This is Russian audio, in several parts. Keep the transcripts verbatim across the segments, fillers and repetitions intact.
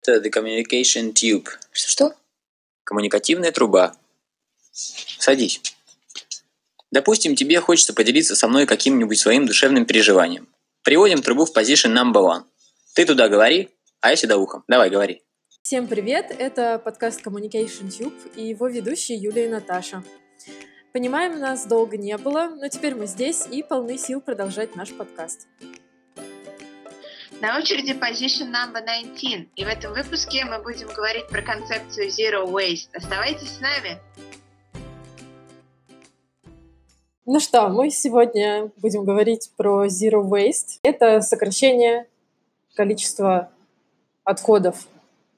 Это the communication tube. Что? Коммуникативная труба. Садись. Допустим, тебе хочется поделиться со мной каким-нибудь своим душевным переживанием. Приводим трубу в position number one. Ты туда говори, а я сюда ухом. Давай, говори. Всем привет! Это подкаст Communication Tube и его ведущие Юлия и Наташа. Понимаем, нас долго не было, но теперь мы здесь и полны сил продолжать наш подкаст. На очереди position number nineteen, и в этом выпуске мы будем говорить про концепцию Zero Waste. Оставайтесь с нами! Ну что, мы сегодня будем говорить про Zero Waste. Это сокращение количества отходов.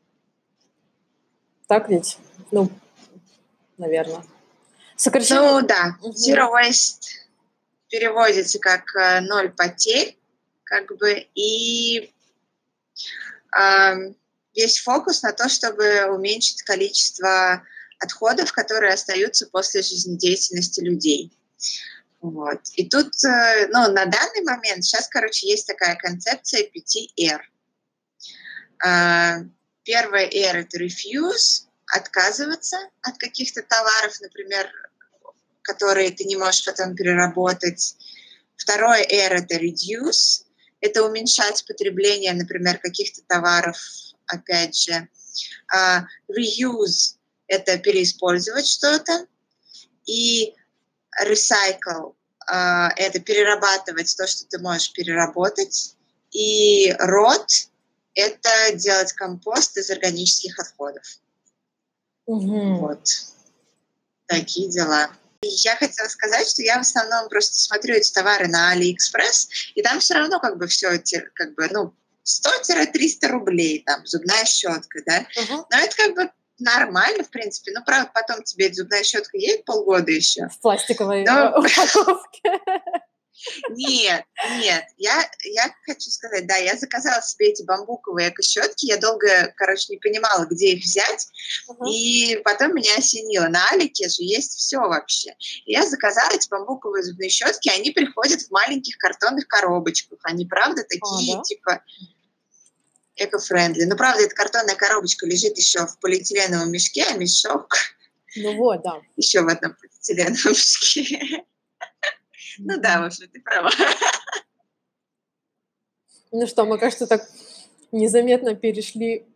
Так ведь? Ну, наверное. Сокращение... Ну да, Zero Waste переводится как ноль потерь, как бы, и э, весь фокус на то, чтобы уменьшить количество отходов, которые остаются после жизнедеятельности людей. Вот. И тут, э, ну, на данный момент, сейчас, короче, есть такая концепция пяти эр. Э, первая эр – это refuse, отказываться от каких-то товаров, например, которые ты не можешь потом переработать. Второе эр – это reduce, это уменьшать потребление, например, каких-то товаров, опять же. Uh, reuse – это переиспользовать что-то. И recycle uh, – это перерабатывать то, что ты можешь переработать. И rot – это делать компост из органических отходов. Угу. Вот. Такие дела. Я хотела сказать, что я в основном просто смотрю эти товары на AliExpress, и там все равно как бы все, как бы, ну, сто-триста рублей, там, зубная щетка, да. Uh-huh. Но это как бы нормально, в принципе. Ну, правда, потом тебе эта зубная щетка едет полгода еще. В пластиковой Но... упаковке. Нет, нет, я, я хочу сказать, да, я заказала себе эти бамбуковые эко-щетки, я долго, короче, не понимала, где их взять, uh-huh. и потом меня осенило, на Алике же есть все вообще. И я заказала эти бамбуковые зубные щетки, они приходят в маленьких картонных коробочках, они, правда, такие, oh, да? типа, эко-френдли. Ну, правда, эта картонная коробочка лежит еще в полиэтиленовом мешке, а мешок ну, вот, да. еще в одном полиэтиленовом мешке. Ну да, в общем, ты права. Ну что, мы, кажется, так незаметно перешли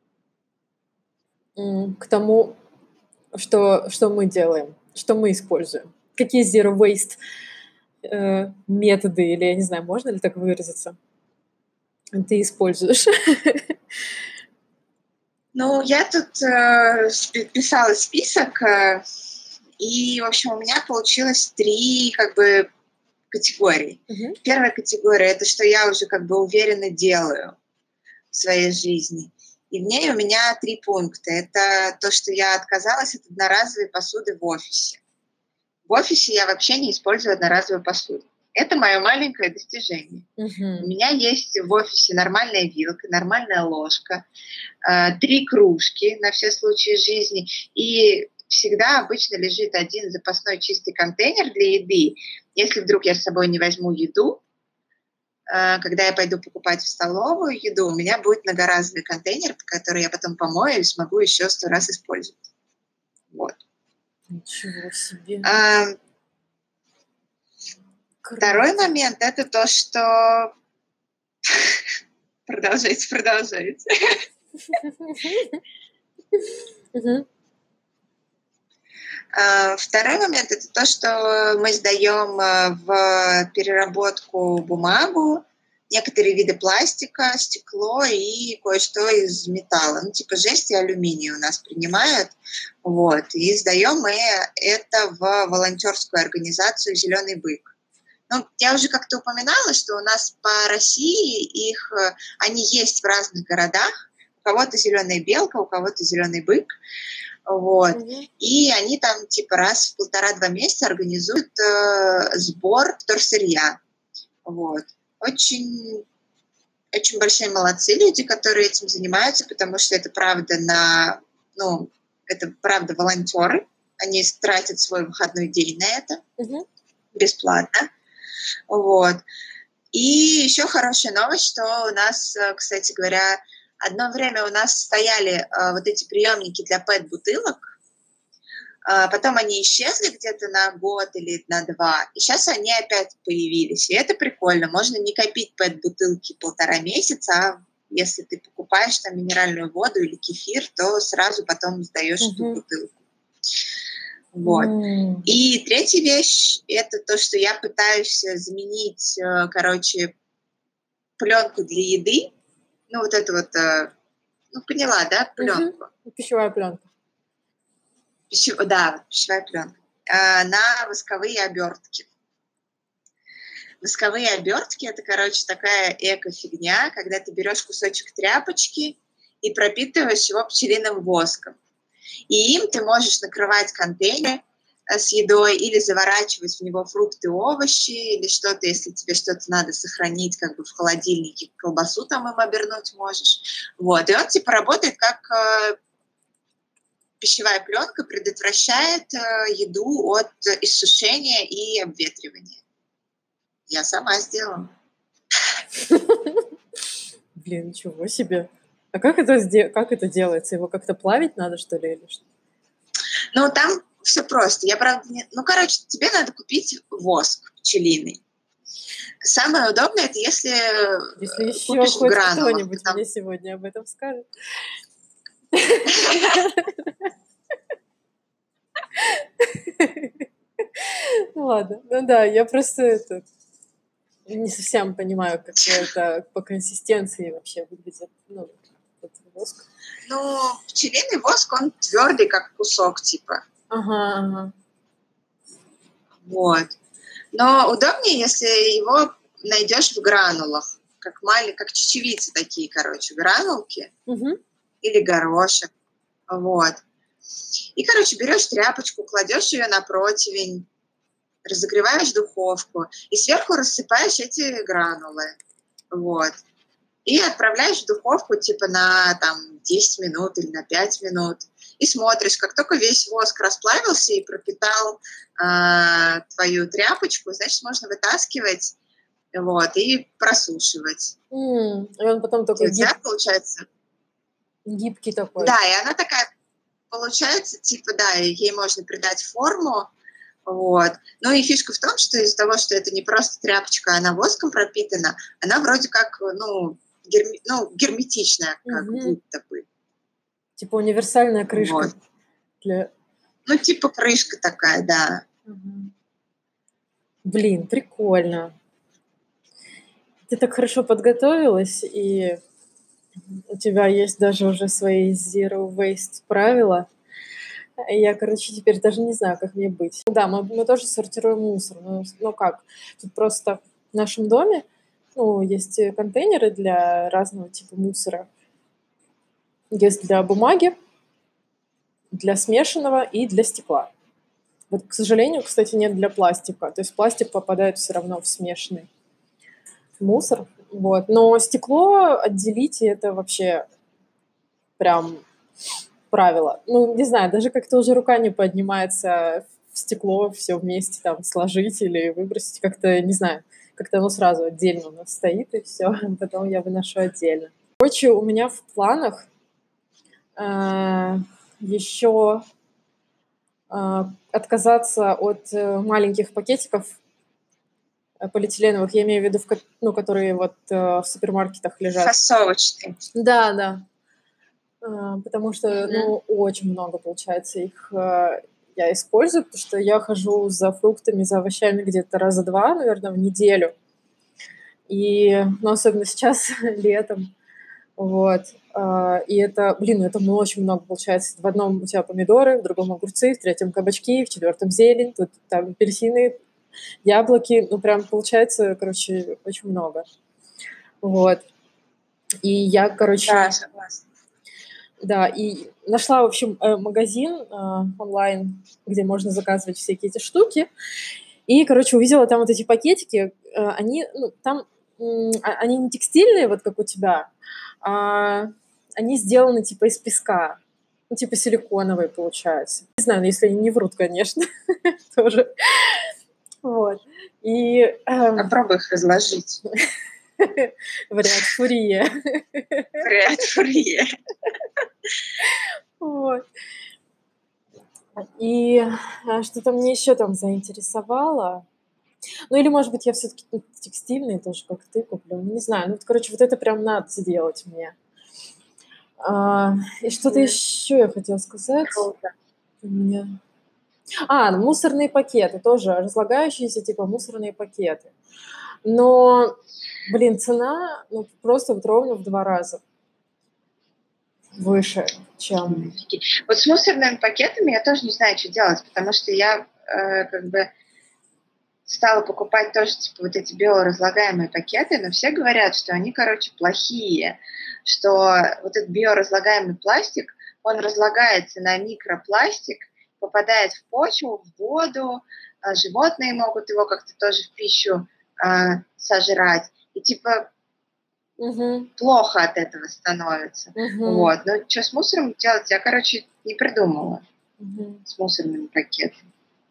к тому, что, что мы делаем, что мы используем. Какие zero waste э, методы, или, я не знаю, можно ли так выразиться, ты используешь? Ну, я тут э, писала список, э, и, в общем, у меня получилось три, как бы, категорий. Uh-huh. Первая категория – это что я уже как бы уверенно делаю в своей жизни. И в ней у меня три пункта. Это то, что я отказалась от одноразовой посуды в офисе. В офисе я вообще не использую одноразовую посуду. Это мое маленькое достижение. Uh-huh. У меня есть в офисе нормальная вилка, нормальная ложка, э, три кружки на все случаи жизни. И всегда обычно лежит один запасной чистый контейнер для еды. Если вдруг я с собой не возьму еду, когда я пойду покупать в столовую еду, у меня будет многоразовый контейнер, который я потом помою и смогу еще сто раз использовать. Вот. Ничего себе. А, второй момент – это то, что… Продолжайте, продолжайте. Второй момент – это то, что мы сдаем в переработку бумагу, некоторые виды пластика, стекло и кое-что из металла. Ну, типа жесть и алюминий у нас принимают. Вот. И сдаем мы это в волонтерскую организацию «Зеленый бык». Ну, я уже как-то упоминала, что у нас по России их, они есть в разных городах. У кого-то «Зеленая белка», у кого-то «Зеленый бык». Вот. Mm-hmm. И они там типа раз в полтора-два месяца организуют э, сбор вторсырья. Вот. Очень, очень большие молодцы люди, которые этим занимаются, потому что это правда на, ну, это правда волонтеры. Они тратят свой выходной день на это mm-hmm. бесплатно. Вот. И еще хорошая новость, что у нас, кстати говоря, одно время у нас стояли а, вот эти приемники для пэт-бутылок, а, потом они исчезли где-то на год или на два, и сейчас они опять появились, и это прикольно, можно не копить пэт-бутылки полтора месяца, а если ты покупаешь там минеральную воду или кефир, то сразу потом сдаешь эту Мгм. бутылку. Вот. М. И третья вещь – это то, что я пытаюсь э, заменить, э, короче, пленку для еды, ну вот это вот, э, ну поняла, да, Мгм. пленку, Пищевая пленка. Пищев- да, вот пищевая пленка, э, на восковые обертки. Восковые обертки – это, короче, такая эко-фигня, когда ты берешь кусочек тряпочки и пропитываешь его пчелиным воском. И им ты можешь накрывать контейнер э, с едой или заворачивать в него фрукты, овощи или что-то, если тебе что-то надо сохранить как бы в холодильнике, колбасу там им обернуть можешь. Вот. И он типа работает как э, пищевая пленка, предотвращает э, еду от э, иссушения и обветривания. Я сама сделала. Блин, ничего себе. А как это, сде- как это делается? Его как-то плавить надо, что ли, или что? Ну, там все просто. Я, правда, не... Ну, короче, тебе надо купить воск пчелиный. Самое удобное, это если Если э, еще купишь в хоть гранулах. кто-нибудь Потому... мне сегодня об этом скажет. Ну ладно. Ну да, я просто это не совсем понимаю, как это по консистенции вообще выглядит. Ну, этот воск. Ну, пчелиный воск, он твердый, как кусок, типа. Ага, ага. Вот. Но удобнее, если его найдешь в гранулах. Как маленькие, как чечевицы такие, короче, гранулки. Мгм. Или горошек. Вот. И, короче, берешь тряпочку, кладешь ее на противень, разогреваешь духовку и сверху рассыпаешь эти гранулы. Вот. И отправляешь в духовку типа на там, десять минут или на пять минут. И смотришь, как только весь воск расплавился и пропитал э, твою тряпочку, значит, можно вытаскивать вот, и просушивать. М, И он потом И такой у тебя гиб- получается... гибкий такой. Да, и она такая получается, типа, да, ей можно придать форму. Вот. Ну и фишка в том, что из-за того, что это не просто тряпочка, она воском пропитана, она вроде как, ну, герми- ну герметичная, как Мгм. будто бы. Типа универсальная крышка Вот. для... Ну, типа крышка такая, да. Мгм. Блин, прикольно. Ты так хорошо подготовилась, и у тебя есть даже уже свои zero waste правила. И я, короче, теперь даже не знаю, как мне быть. Да, мы, мы тоже сортируем мусор. Ну, с- ну как? Тут просто в нашем доме ну, есть э, контейнеры для разного типа мусора. Есть для бумаги, для смешанного и для стекла. Вот, к сожалению, кстати, нет для пластика. То есть пластик попадает все равно в смешанный мусор. Вот. Но стекло отделить, и это вообще прям правило. Ну, не знаю, даже как-то уже рука не поднимается в стекло все вместе там сложить или выбросить. Как-то, не знаю, как-то оно сразу отдельно у нас стоит, и все. Потом я выношу отдельно. Короче, у меня в планах э, еще э, отказаться от э, маленьких пакетиков э, полиэтиленовых, я имею в виду, в, ко- ну, которые вот э, в супермаркетах лежат. Фасовочный. Да, да. А, потому что, Мгм. ну, очень много, получается, их э, я использую, потому что я хожу за фруктами, за овощами где-то раза два, наверное, в неделю. И, ну, особенно сейчас, летом. Вот. А, И это, блин, это ну, очень много получается. В одном у тебя помидоры, в другом огурцы, в третьем кабачки, в четвертом зелень, тут там апельсины, яблоки. Ну, прям получается, короче, очень много. Вот. И я, короче, Да, согласна. да, и нашла, в общем, э, магазин э, онлайн, где можно заказывать всякие эти штуки. И, короче, увидела там вот эти пакетики. э, Они, ну, там, м, а- они не текстильные, вот как у тебя, а они сделаны типа из песка. Ну, типа силиконовые, получается. Не знаю, если они не врут, конечно, тоже. Вот. И эм, Попробуй их разложить. Вариант Фурье. Вариант Фурье. Вот. И а, что-то мне еще там заинтересовало. Ну или, может быть, я все-таки текстильные тоже, как ты, куплю. Ну, не знаю. Ну, короче, вот это прям надо сделать мне. А, и что-то Мгм. еще я хотела сказать. Круто. У меня... А, ну, мусорные пакеты тоже, разлагающиеся, типа мусорные пакеты. Но, блин, цена ну, просто вот ровно в два раза выше, чем... Офигеть. Вот с мусорными пакетами я тоже не знаю, что делать, потому что я э, как бы стала покупать тоже типа вот эти биоразлагаемые пакеты, но все говорят, что они, короче, плохие, что вот этот биоразлагаемый пластик, он разлагается на микропластик, попадает в почву, в воду, а животные могут его как-то тоже в пищу а, сожрать. И типа Угу, плохо от этого становится. угу, Вот. Но что с мусором делать, я, короче, не придумала угу. с мусорными пакетами.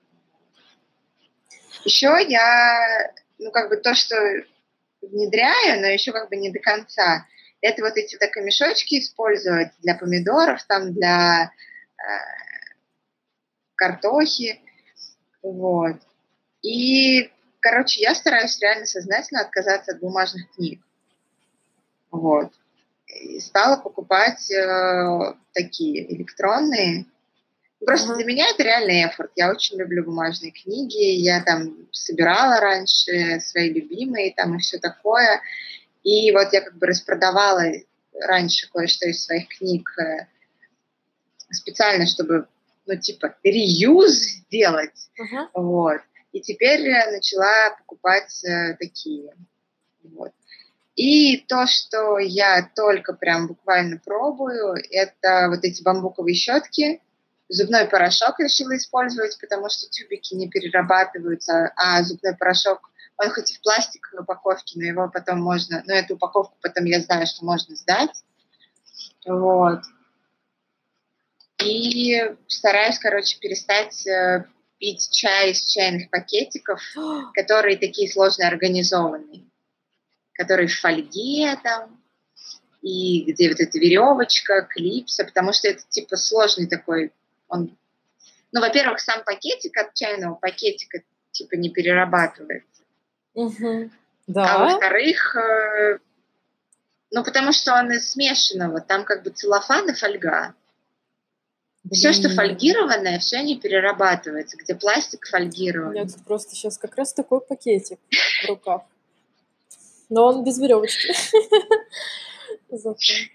Еще я, ну, как бы то, что внедряю, но еще как бы не до конца. Это вот эти так мешочки использовать для помидоров, там для э, картохи, вот. И, короче, я стараюсь реально сознательно отказаться от бумажных книг, вот. И стала покупать э, такие электронные. Просто Ага. для меня это реальный эфорт. Я очень люблю бумажные книги. Я там собирала раньше свои любимые там и все такое. И вот я как бы распродавала раньше кое-что из своих книг э, специально, чтобы, ну, типа, реюз сделать. Ага. Вот. И теперь я начала покупать э, такие. Вот. И то, что я только прям буквально пробую, это вот эти бамбуковые щетки. Зубной порошок решила использовать, потому что тюбики не перерабатываются, а зубной порошок, он хоть и в пластиковой упаковке, но его потом можно, ну, эту упаковку потом я знаю, что можно сдать. Вот. И стараюсь, короче, перестать э, пить чай из чайных пакетиков, которые такие сложно организованные, которые в фольге там, и где вот эта веревочка, клипса, потому что это типа сложный такой, он, ну, во-первых, сам пакетик от чайного пакетика типа не перерабатывается, Угу. а Да. во-вторых, э, ну, потому что он из смешанного, там как бы целлофан и фольга. Все, что Блин. фольгированное, все не перерабатывается, где пластик У меня фольгированный. тут просто сейчас как раз такой пакетик в руках. Но он без веревочки. Зато.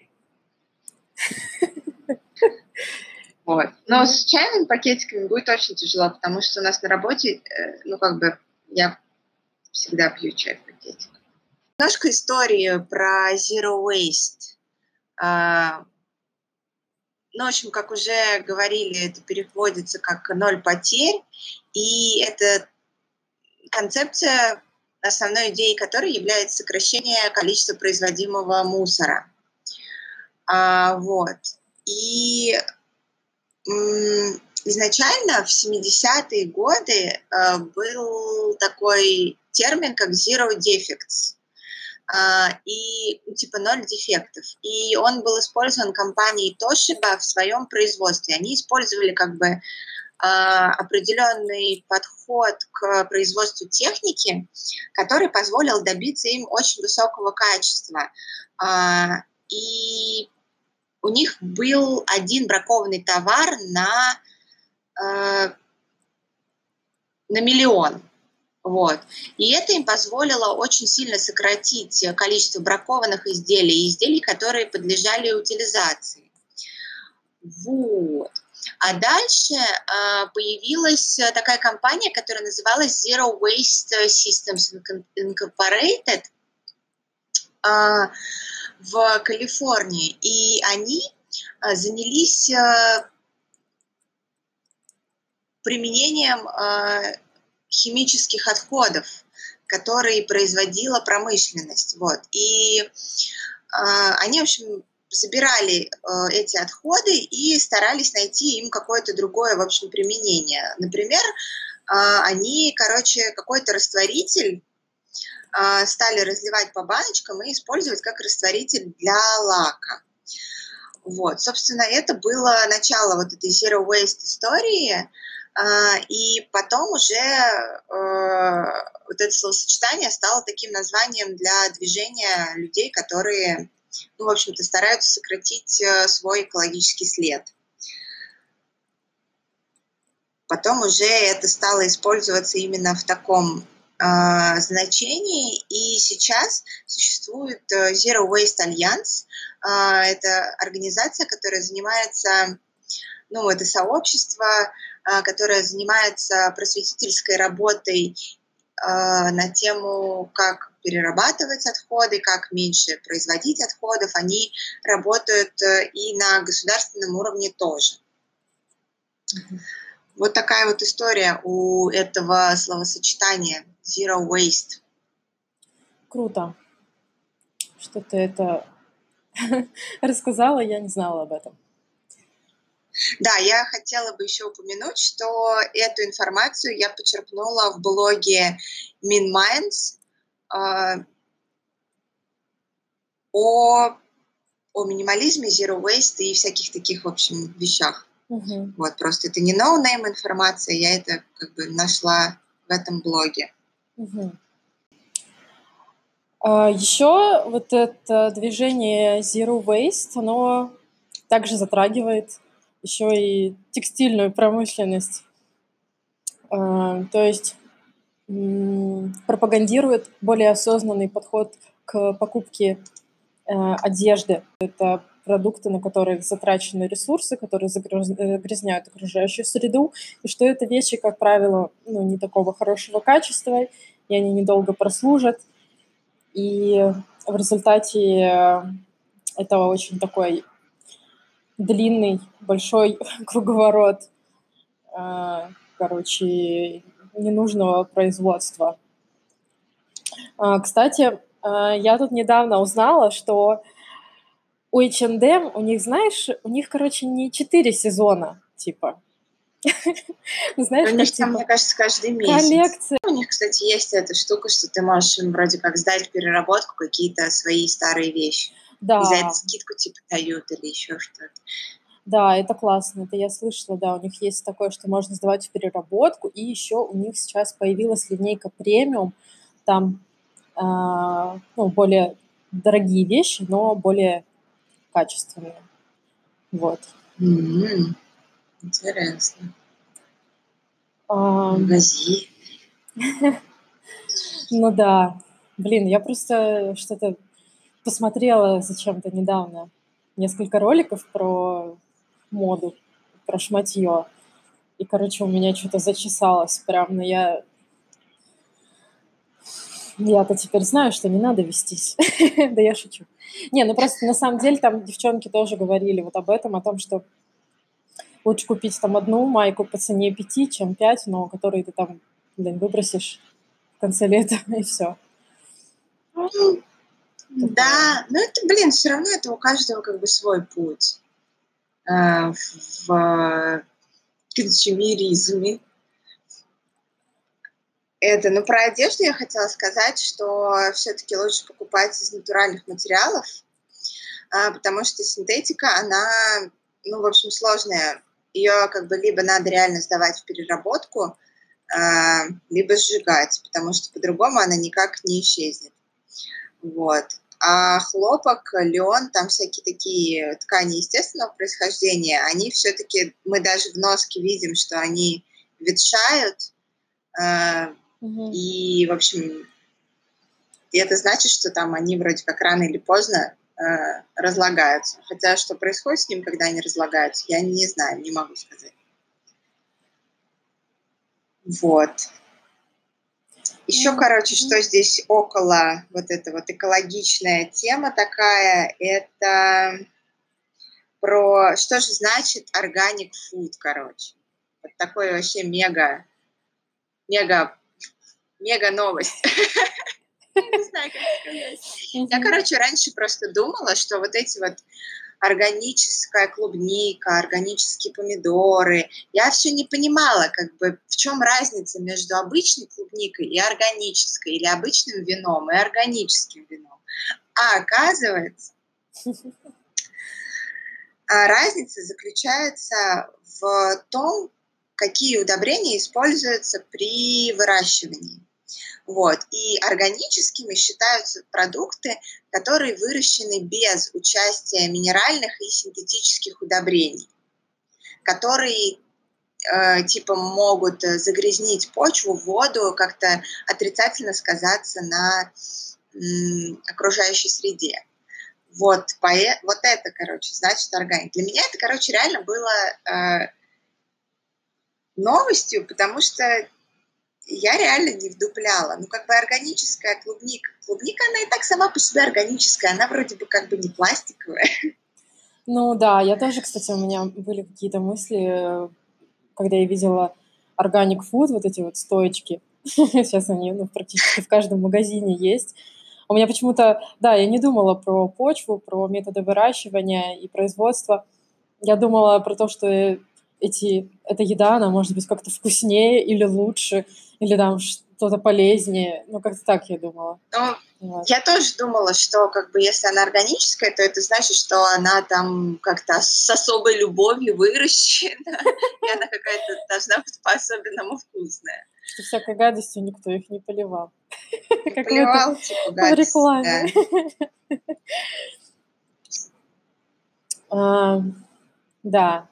Вот. Но Мгм. с чайными пакетиками будет очень тяжело, потому что у нас на работе, э, ну, как бы, я всегда пью чай в пакетиках. Немножко историю про Zero Waste. А, ну, в общем, как уже говорили, это переводится как ноль потерь, и это концепция, основной идеей которой является сокращение количества производимого мусора. А, вот. И м, изначально в семидесятые годы э, был такой термин, как zero defects, а, и ну, типа ноль дефектов. И он был использован компанией Toshiba в своем производстве. Они использовали как бы а, определенный подход к производству техники, который позволил добиться им очень высокого качества. А, и у них был один бракованный товар на, э, на миллион. Вот. И это им позволило очень сильно сократить количество бракованных изделий и изделий, которые подлежали утилизации. Вот. А дальше э, появилась такая компания, которая называлась Zero Waste Systems Incorporated э, в Калифорнии. И они э, занялись э, применением э, химических отходов, которые производила промышленность. Вот. И э, они, в общем, забирали э, эти отходы и старались найти им какое-то другое, в общем, применение. Например, э, они, короче, какой-то растворитель э, стали разливать по баночкам и использовать как растворитель для лака. Вот, собственно, это было начало вот этой zero waste истории, э, и потом уже э, вот это словосочетание стало таким названием для движения людей, которые, ну, в общем-то, стараются сократить э, свой экологический след. Потом уже это стало использоваться именно в таком э, значении, и сейчас существует э, Zero Waste Alliance. Э, это организация, которая занимается, ну, это сообщество, э, которое занимается просветительской работой э, на тему, как перерабатывать отходы, как меньше производить отходов. Они работают э, и на государственном уровне тоже. Мгм. Вот такая вот история у этого словосочетания Zero Waste. Круто, что ты это рассказала, я не знала об этом. Да, я хотела бы еще упомянуть, что эту информацию я почерпнула в блоге MinMinds э, о, о минимализме, Zero Waste и всяких таких, в общем, вещах. Мгм. Вот, просто это не no-name информация, я это как бы нашла в этом блоге. Мгм. А, еще вот это движение Zero Waste, оно также затрагивает еще и текстильную промышленность. А, то есть м, пропагандирует более осознанный подход к покупке э, одежды. Это продукты, на которых затрачены ресурсы, которые загрязняют окружающую среду, и что это вещи, как правило, ну, не такого хорошего качества, и они недолго прослужат. И в результате э, этого очень такой длинный, большой круговорот, э, короче, ненужного производства. А, Кстати, э, я тут недавно узнала, что у эйч энд эм, у них, знаешь, у них, короче, не четыре сезона, типа. У Знаешь, как, них там, мне типа, кажется, каждый месяц. коллекция. У них, кстати, есть эта штука, что ты можешь им вроде как сдать в переработку какие-то свои старые вещи. И за это Да, скидку типа дают или еще что-то. да, это классно, это я слышала, да, у них есть такое, что можно сдавать в переработку, и еще у них сейчас появилась линейка премиум, там, а, ну, более дорогие вещи, но более качественные, вот. М, Интересно. Ам, Магазин. Ну да, блин, я просто что-то посмотрела зачем-то недавно несколько роликов про моду, про шматье, и, короче, у меня что-то зачесалось прям, но я Я-то теперь знаю, что не надо вестись. Да я шучу. Не, ну просто на самом деле там девчонки тоже говорили вот об этом, о том, что лучше купить там одну майку по цене пяти, чем пять, но которые ты там, блин, выбросишь в конце лета, и все. Ну, Такое. да, но это, блин, все равно это у каждого как бы свой путь э, в э, консюмеризме. Это, ну, про одежду я хотела сказать, что все-таки лучше покупать из натуральных материалов, а, потому что синтетика, она, ну, в общем, сложная. Ее как бы либо надо реально сдавать в переработку, а, либо сжигать, потому что по-другому она никак не исчезнет. Вот. А хлопок, лен, там всякие такие ткани естественного происхождения, они все-таки, мы даже в носке видим, что они ветшают, а, Мгм. и, в общем, и это значит, что там они вроде как рано или поздно э, разлагаются. Хотя что происходит с ним, когда они разлагаются, я не знаю, не могу сказать. Вот. Еще, М, короче, мгм. что здесь около вот эта вот экологичная тема такая, это про что же значит organic food, короче. Вот такой вообще мега, мега, мега новость. Я не знаю, как сказать. Я, Мгм. короче, раньше просто думала, что вот эти вот органическая клубника, органические помидоры. Я все не понимала, как бы, в чем разница между обычной клубникой и органической, или обычным вином и органическим вином. А оказывается, разница заключается в том, какие удобрения используются при выращивании. Вот. И органическими считаются продукты, которые выращены без участия минеральных и синтетических удобрений, которые э, типа могут загрязнить почву, воду, как-то отрицательно сказаться на м, окружающей среде. Вот, пое- вот это, короче, значит органик. Для меня это, короче, реально было э, новостью, потому что я реально не вдупляла. Ну, как бы органическая клубника. Клубника, она и так сама по себе органическая. Она вроде бы как бы не пластиковая. Ну да, я тоже, кстати, у меня были какие-то мысли, когда я видела organic food, вот эти вот стоечки. Сейчас они ну, практически в каждом магазине есть. У меня почему-то, да, я не думала про почву, про методы выращивания и производства. Я думала про то, что эти, эта еда, она может быть как-то вкуснее или лучше, или там что-то полезнее. Ну, как-то так я думала. Ну, Вот. я тоже думала, что как бы если она органическая, то это значит, что она там как-то с особой любовью выращена, и она какая-то должна быть по-особенному вкусная. Что всякой гадостью никто их не поливал. Не поливал, типа, В гадость, рекламе. А, Да.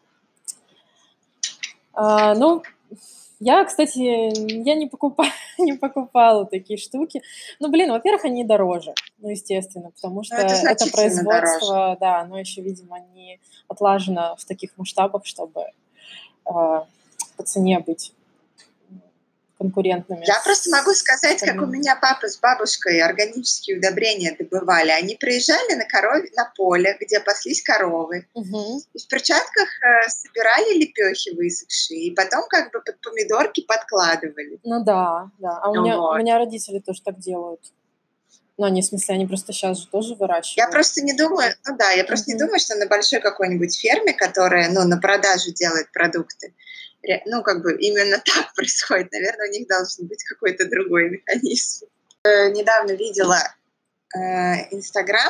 А, Ну, я, кстати, я не покупаю, не покупала такие штуки. Ну, блин, во-первых, они дороже, ну, естественно, потому Ну, что это это значительно дороже. производство, да, оно еще, видимо, не отлажено в таких масштабах, чтобы а, по цене быть м, конкурентными Я просто могу с сказать, как у остальными. меня папа с бабушкой органические удобрения добывали. Они приезжали на, коров... на поле, где паслись коровы, Мгм. и в перчатках э, собирали лепехи высохшие, и потом как бы под помидорки подкладывали. Ну да, да. А у меня, у Вот. меня родители тоже так делают. Ну, они, в смысле, они просто сейчас же тоже Я выращивают. просто не думаю, ну да, я просто не Мгм. думаю, что на большой какой-нибудь ферме, которая, ну, на продажу делает продукты, ре- ну, как бы именно так происходит. Наверное, у них должен быть какой-то другой механизм. Э, Недавно видела э, Инстаграм,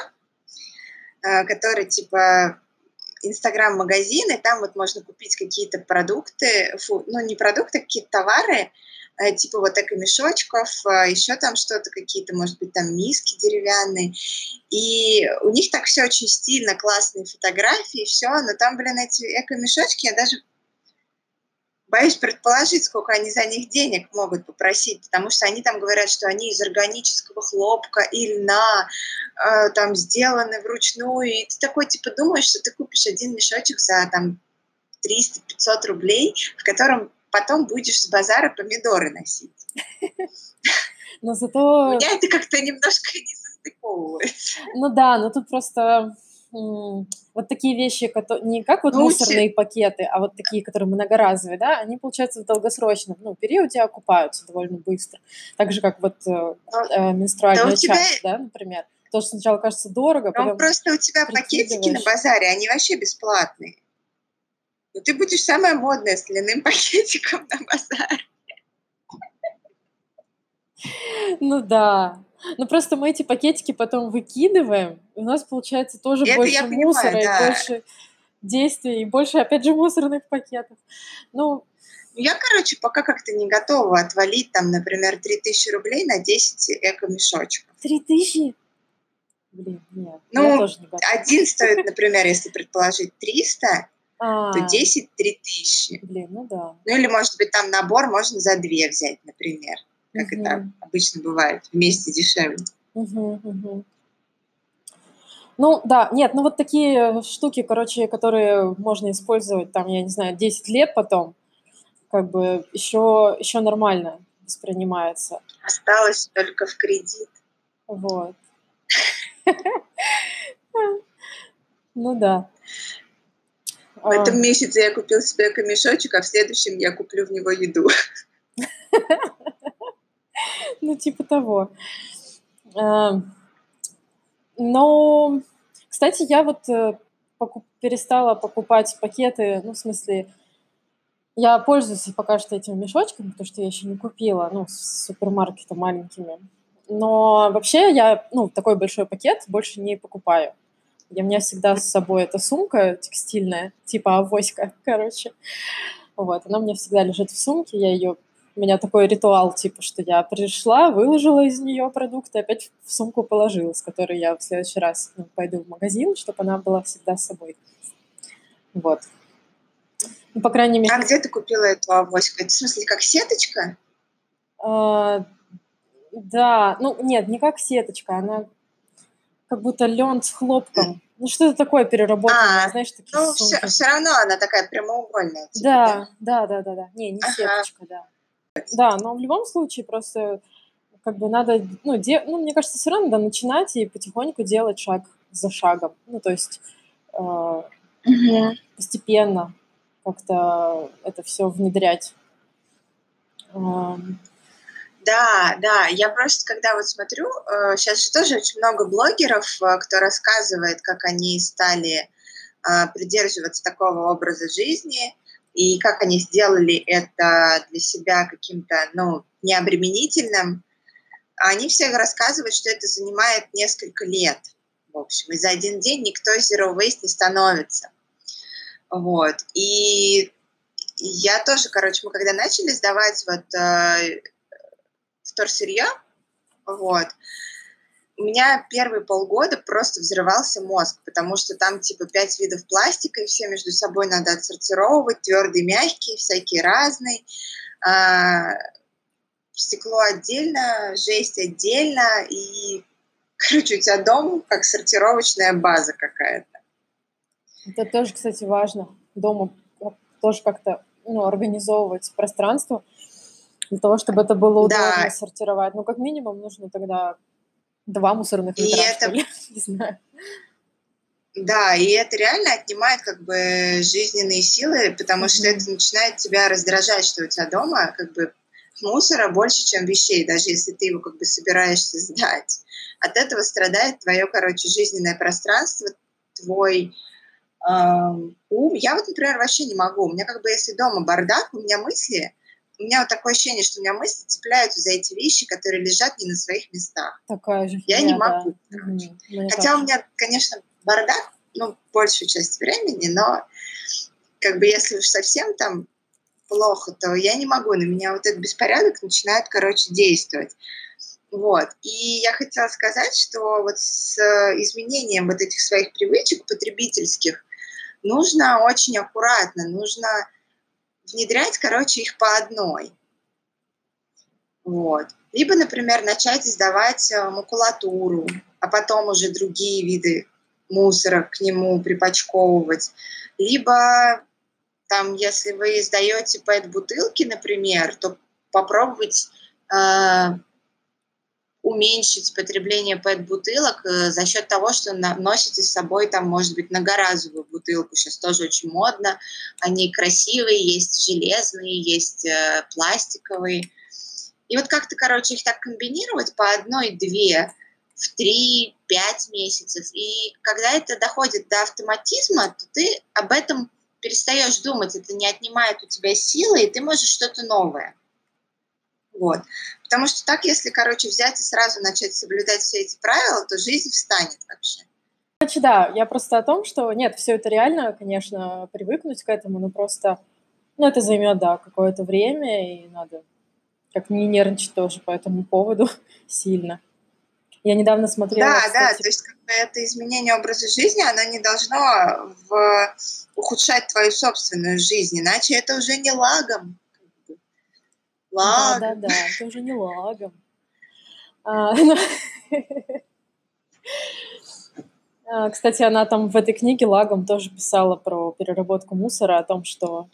э, который типа Инстаграм-магазин, и там вот можно купить какие-то продукты, фу, ну не продукты, какие-то товары, э, типа вот эко-мешочков, э, еще там что-то, какие-то, может быть, там миски деревянные. И у них так все очень стильно, классные фотографии, все, но там, блин, эти эко-мешочки, я даже боюсь предположить, сколько они за них денег могут попросить, потому что они там говорят, что они из органического хлопка и льна, э, там сделаны вручную, и ты такой, типа, думаешь, что ты купишь один мешочек за там триста-пятьсот рублей, в котором потом будешь с базара помидоры носить. Но У зато, меня это как-то немножко не состыковывается. ну да, но тут просто м, вот такие вещи, кото- не как вот Ну, учи- мусорные пакеты, а вот такие, которые многоразовые, да, они, получается, в долгосрочном ну, периоде окупаются довольно быстро. Так же, как вот э, ну, э, да у менструальная тебя, часть, да, например. Тоже сначала кажется дорого, ну, потом просто у тебя пакетики на прикидываешь. базаре, они вообще бесплатные. Ну, ты будешь самая модная с льняным пакетиком на базаре. Ну да. Ну просто мы эти пакетики потом выкидываем, и у нас получается тоже И это я больше понимаю, мусора, и да. больше действий, и больше, опять же, мусорных пакетов. Ну, Ну, я, короче, пока как-то не готова отвалить, там, например, три тысячи рублей на десять эко-мешочков. три тысячи? Блин, нет, я Ну, тоже не готова. один стоит, например, если предположить триста, то А, десять три тысячи. блин, ну да. Ну, или, может быть, там набор можно за две взять, например. Как это Мгм. обычно бывает, вместе дешевле. Мгм, мгм. Ну да, нет, ну вот такие штуки, короче, которые можно использовать там, я не знаю, десять лет потом, как бы еще, еще нормально воспринимается. Осталось только в кредит. Вот. Ну да. В этом А, месяце я купил себе эко-мешочек, а в следующем я куплю в него еду. Ну, типа того. А, Но, кстати, я вот э, покуп- перестала покупать пакеты, ну, в смысле, я пользуюсь пока что этими мешочками, потому что я еще не купила, ну, с супермаркета маленькими. Но вообще я, ну, такой большой пакет больше не покупаю. И у меня всегда с собой эта сумка текстильная, типа авоська, короче. Вот, она у меня всегда лежит в сумке, я ее... У меня такой ритуал, типа, что я пришла, выложила из нее продукты, опять в сумку положила, с которой я в следующий раз ну, пойду в магазин, чтобы она была всегда с собой. Вот. Ну, по крайней мере... А где ты купила эту авоську? Это в смысле как сеточка? а, да, ну, нет, не как сеточка, она как будто лен с хлопком. Ну, что-то такое переработанное, А, знаешь, такие ну все, сумки. все равно она такая прямоугольная, типа, да? Да, да, да, да, да. Не, не Ага. сеточка, да. Да, но в любом случае просто как бы надо, ну, де... ну, мне кажется, все равно надо начинать и потихоньку делать шаг за шагом. Ну, то есть э, Мгм. постепенно как-то это все внедрять. Эм, Да, да, я просто когда вот смотрю, э, сейчас же тоже очень много блогеров, э, кто рассказывает, как они стали э, придерживаться такого образа жизни и как они сделали это для себя каким-то, ну, необременительным. Они все рассказывают, что это занимает несколько лет, в общем, и за один день никто zero waste не становится. Вот. И я тоже, короче, мы когда начали сдавать вот э, вторсырье, вот, у меня первые полгода просто взрывался мозг, потому что там типа пять видов пластика, и все между собой надо отсортировывать, твердый, мягкий, всякие разные. А, стекло отдельно, жесть отдельно, и, короче, у тебя дом как сортировочная база какая-то. это тоже, кстати, важно. Дома тоже как-то ну, организовывать пространство для того, чтобы это было удобно Да, сортировать. Ну, как минимум, нужно тогда два мусорных и ведра, что это ли, не знаю. Да, и это реально отнимает как бы жизненные силы, потому что Мгм. это начинает тебя раздражать, что у тебя дома как бы мусора больше, чем вещей, даже если ты его как бы собираешься сдать. От этого страдает твое, короче, жизненное пространство, твой эм, ум. Я вот, например, вообще не могу. У меня как бы, если дома бардак, у меня мысли, у меня вот такое ощущение, что у меня мысли цепляются за эти вещи, которые лежат не на своих местах. Такая же Я не фигня, да. могу, короче. Мгм. Мне так Хотя у же. меня, конечно, бардак, ну, большую часть времени, но как бы если уж совсем там плохо, то я не могу. На меня вот этот беспорядок начинает, короче, действовать. Вот. И я хотела сказать, что вот с изменением вот этих своих привычек потребительских нужно очень аккуратно, нужно внедрять, короче, их по одной. Вот. Либо, например, начать сдавать э, макулатуру, а потом уже другие виды мусора к нему припачковывать. Либо, там, если вы сдаете пэт-бутылки, например, то попробовать э, уменьшить потребление пэт-бутылок э, за счет того, что на- носите с собой, там, может быть, многоразовую бутылку. Сейчас тоже очень модно. Они красивые, есть железные, есть э, пластиковые. И вот как-то, короче, их так комбинировать по одной-две в три-пять месяцев. И когда это доходит до автоматизма, то ты об этом перестаешь думать, это не отнимает у тебя силы, и ты можешь что-то новое. Вот. Потому что так, если, короче, взять и сразу начать соблюдать все эти правила, то жизнь встанет вообще. Короче, да, я просто о том, что нет, все это реально, конечно, привыкнуть к этому, но просто, ну, это займет, да, какое-то время, и надо как не нервничать тоже по этому поводу сильно. Я недавно смотрела, Да, да, кстати, то есть как бы это изменение образа жизни, оно не должно в... ухудшать твою собственную жизнь, иначе это уже не лагом. Лагом. да-да-да, это уже не лагом. А, ну, а, Кстати, она там в этой книге лагом тоже писала про переработку мусора, о том, что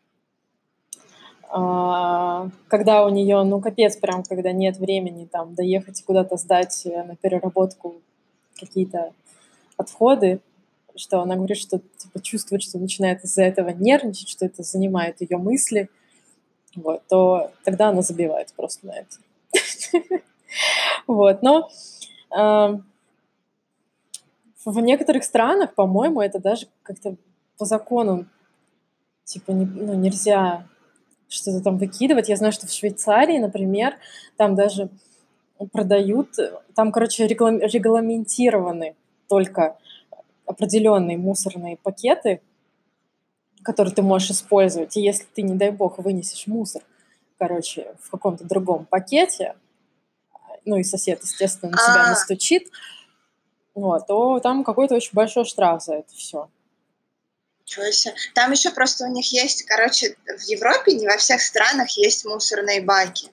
а, когда у нее, ну, капец, прям, когда нет времени там доехать и куда-то сдать э, на переработку какие-то отходы, что она говорит, что типа чувствует, что начинает из-за этого нервничать, что это занимает ее мысли, вот, то тогда она забивает просто на это. Вот, но э, в некоторых странах, по-моему, это даже как-то по закону, типа, не, ну, нельзя что-то там выкидывать. Я знаю, что в Швейцарии, например, там даже продают, там, короче, реглам- регламентированы только определенные мусорные пакеты, которые ты можешь использовать. И если ты, не дай бог, вынесешь мусор, короче, в каком-то другом пакете, ну и сосед, естественно, на тебя А, настучит, вот, то там какой-то очень большой штраф за это все. ничего себе. Там еще просто у них есть, короче, в Европе не во всех странах есть мусорные баки.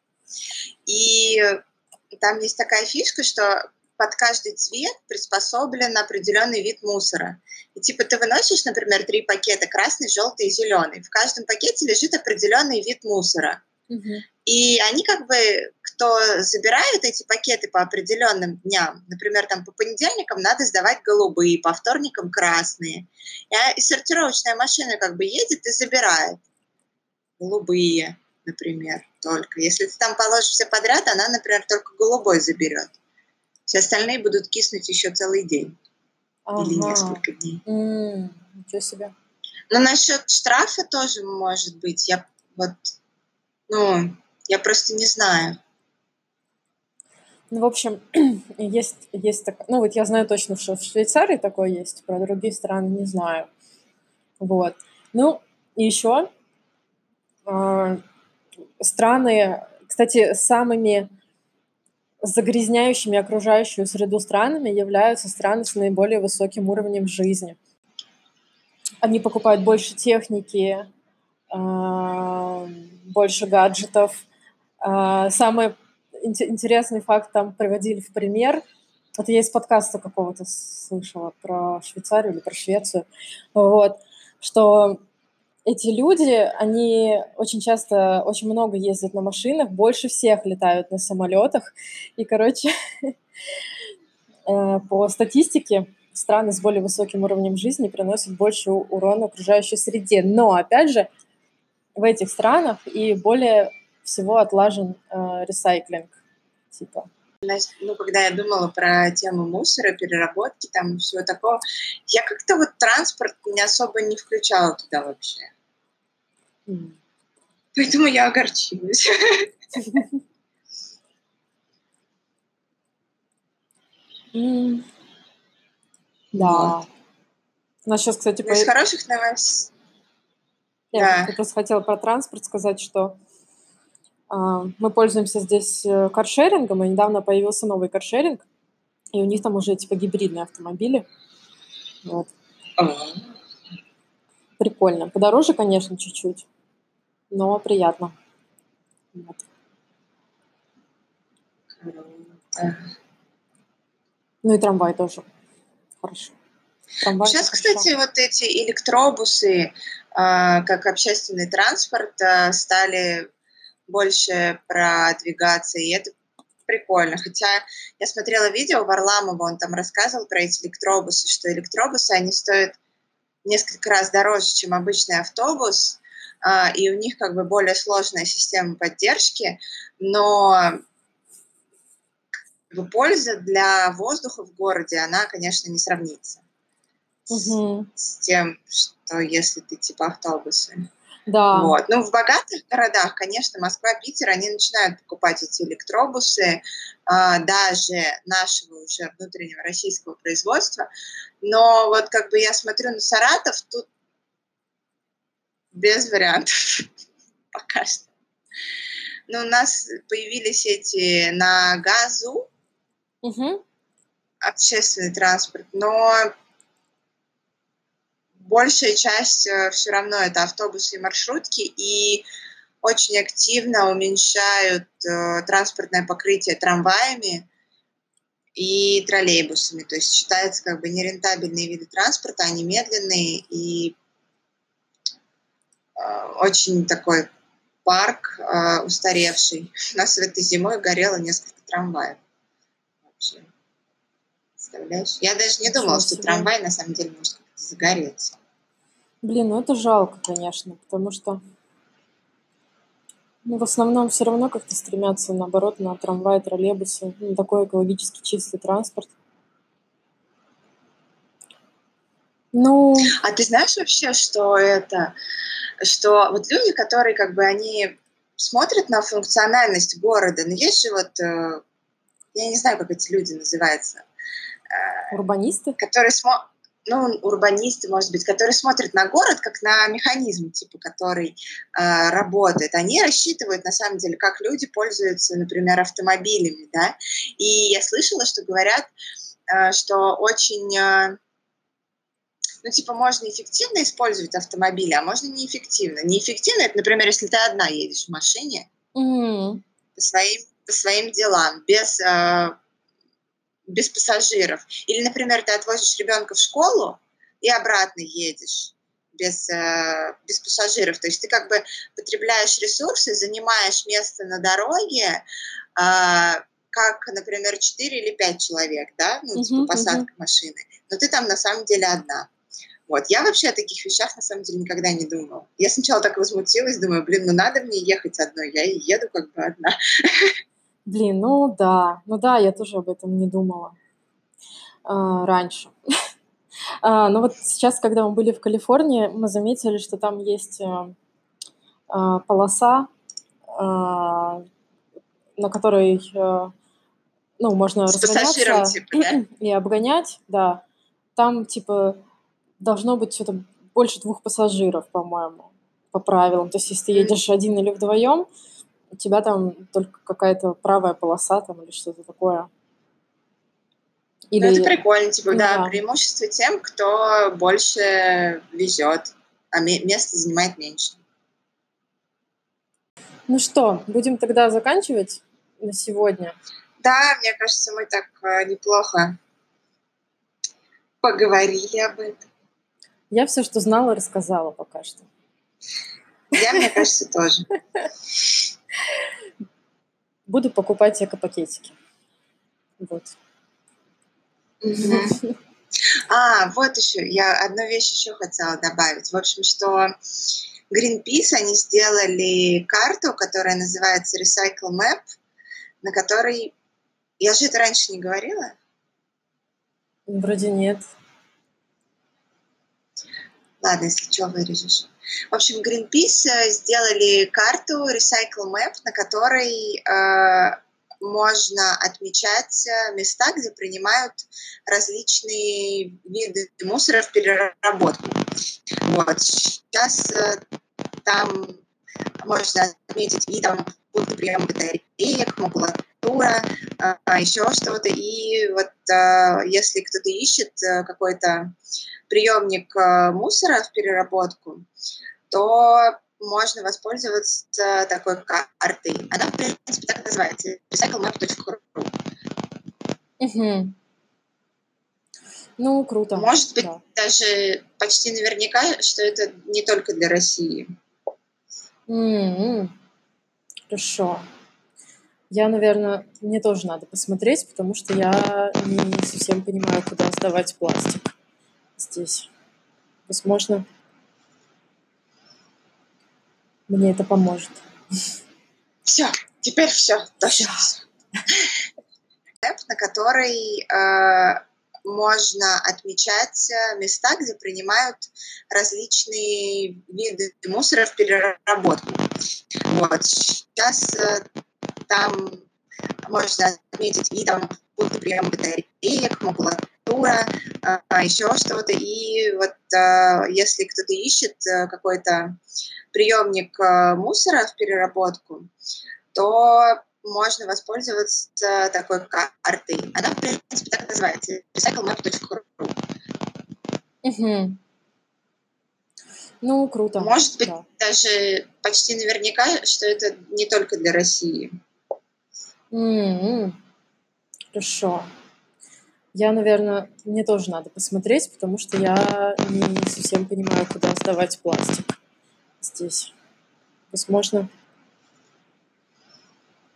И там есть такая фишка, что под каждый цвет приспособлен определенный вид мусора. И типа ты выносишь, например, три пакета: красный, желтый и зеленый. В каждом пакете лежит определенный вид мусора. Угу. И они как бы, кто забирает эти пакеты по определенным дням, например, там по понедельникам надо сдавать голубые, по вторникам красные. И, и сортировочная машина как бы едет и забирает голубые, например, только. Если ты там положишь все подряд, она, например, только голубой заберет. Все остальные будут киснуть еще целый день. Ага. Или несколько дней. М, ничего себе. Но насчет штрафа тоже может быть. Я вот, ну, я просто не знаю. Ну, в общем, есть, есть так, ну вот я знаю точно, что в Швейцарии такое есть, про другие страны не знаю. Вот. Ну, и еще э, страны, кстати, самыми загрязняющими окружающую среду странами являются страны с наиболее высоким уровнем жизни. Они покупают больше техники, э, больше гаджетов. Э, самый ин- интересный факт там приводили в пример. Это я из подкаста какого-то слышала про Швейцарию или про Швецию. Вот. Что эти люди, они очень часто, очень много ездят на машинах, больше всех летают на самолетах. И, короче, э, по статистике, страны с более высоким уровнем жизни приносят больше у- урона окружающей среде. Но, опять же, в этих странах и более всего отлажен э, ресайклинг. Типа. Ну, когда я думала про тему мусора, переработки там и всего такого, я как-то вот транспорт не особо не включала туда вообще. М. Поэтому я огорчилась. М. Да. Вот. У нас сейчас, кстати, Ну, из по... хороших новостей. Я Да. просто хотела про транспорт сказать, что а, мы пользуемся здесь э, каршерингом, и недавно появился новый каршеринг, и у них там уже типа гибридные автомобили. Вот. О, Прикольно. Подороже, конечно, чуть-чуть, но приятно. Вот. круто. Ну и трамвай тоже. Хорошо. Трамвай это Сейчас, хорошо. кстати, вот эти электробусы, а, как общественный транспорт, а, стали больше продвигаться, и это прикольно. Хотя я смотрела видео Варламова, он там рассказывал про эти электробусы, что электробусы, они стоят несколько раз дороже, чем обычный автобус, а, и у них как бы более сложная система поддержки, но польза для воздуха в городе, она, конечно, не сравнится с, Угу. с тем, что если ты типа автобусы. Да. Вот. Ну, в богатых городах, конечно, Москва, Питер, они начинают покупать эти электробусы, а, даже нашего уже внутреннего российского производства. Но вот как бы я смотрю на Саратов, тут без вариантов пока что. Ну, у нас появились эти на газу Угу. общественный транспорт, но большая часть э, все равно это автобусы и маршрутки, и очень активно уменьшают э, транспортное покрытие трамваями и троллейбусами. То есть считается как бы нерентабельные виды транспорта, они медленные, и э, очень такой парк э, устаревший. У нас этой зимой горело несколько трамваев. Вообще. Представляешь? Я даже не Ничего думала, что себе. трамвай на самом деле может как-то загореться. Блин, ну это жалко, конечно, потому что ну, в основном все равно как-то стремятся, наоборот, на трамвай, троллейбусы, ну, такой экологически чистый транспорт. Ну, А ты знаешь вообще, что это, что вот люди, которые как бы они смотрят на функциональность города, но есть же вот, э, я не знаю, как эти люди называются, э, урбанисты? которые смо... ну, урбанисты, может быть, которые смотрят на город как на механизм, типа, который э, работает. Они рассчитывают, на самом деле, как люди пользуются, например, автомобилями, да. И я слышала, что говорят, э, что очень... Э, ну, типа, можно эффективно использовать автомобили, а можно неэффективно. Неэффективно — это, например, если ты одна едешь в машине М, по своим, по своим делам, без, э, без пассажиров. Или, например, ты отвозишь ребенка в школу и обратно едешь без, э, без пассажиров. То есть ты как бы потребляешь ресурсы, занимаешь место на дороге, э, как, например, четыре или пять человек, да, ну, типа мгм, мгм. посадка машины. Но ты там на самом деле одна. Вот. Я вообще о таких вещах, на самом деле, никогда не думала. Я сначала так возмутилась, думаю, блин, ну надо мне ехать одной. Я и еду как бы одна. Блин, ну да, ну да, я тоже об этом не думала а, раньше. А, но вот сейчас, когда мы были в Калифорнии, мы заметили, что там есть э, а, полоса, а, на которой э, ну, можно С пассажиром, разгоняться типа, да? и обгонять, да. Там, типа, должно быть что-то больше двух пассажиров, по-моему, по правилам. То есть, если ты М. едешь один или вдвоем, у тебя там только какая-то правая полоса там или что-то такое. Ну, это Или, прикольно, типа, ну да, да. преимущество тем, кто больше везет, а ме- место занимает меньше. Ну что, будем тогда заканчивать на сегодня? Да, мне кажется, мы так э, неплохо поговорили об этом. Я все, что знала, рассказала пока что. Я, мне кажется, тоже. Буду покупать эко-пакетики. Вот. Мгм. А, вот еще, я одну вещь еще хотела добавить. В общем, что Greenpeace, они сделали карту, которая называется Recycle Map, на которой... Я же это раньше не говорила. Вроде нет. Ладно, если что, вырежешь. В общем, Greenpeace э, сделали карту Recycle Map, на которой э, можно отмечать э, места, где принимают различные виды мусора в переработку. Вот. Сейчас э, там можно отметить и там пункты приема батареек, макулатура, а, еще что-то. И вот а, если кто-то ищет а, какой-то приемник а, мусора в переработку, то можно воспользоваться такой картой. Она, в принципе, так и называется. recycle map точка ру. Угу. Ну, круто. Может быть, Да. даже почти наверняка, что это не только для России. М-м. Хорошо. Я, наверное, мне тоже надо посмотреть, потому что я не совсем понимаю, куда сдавать пластик здесь. Возможно, мне это поможет. Все, теперь все, точно Всё. все. На которой э, можно отмечать э, места, где принимают различные виды мусора в переработку. Вот. Сейчас э, там можно отметить и там пункты приема батареек, макулатура, а, а еще что-то. И вот а, если кто-то ищет а, какой-то приемник а, мусора в переработку, то можно воспользоваться такой картой. Она, в принципе, так и называется. recycle map точка ру. Угу. Ну, круто. Может быть, Да. даже почти наверняка, что это не только для России. М-м. Хорошо. Я, наверное, мне тоже надо посмотреть, потому что я не совсем понимаю, куда сдавать пластик здесь. Возможно,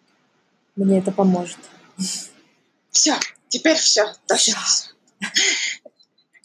мне это поможет. Все, теперь все, точно Всё. все.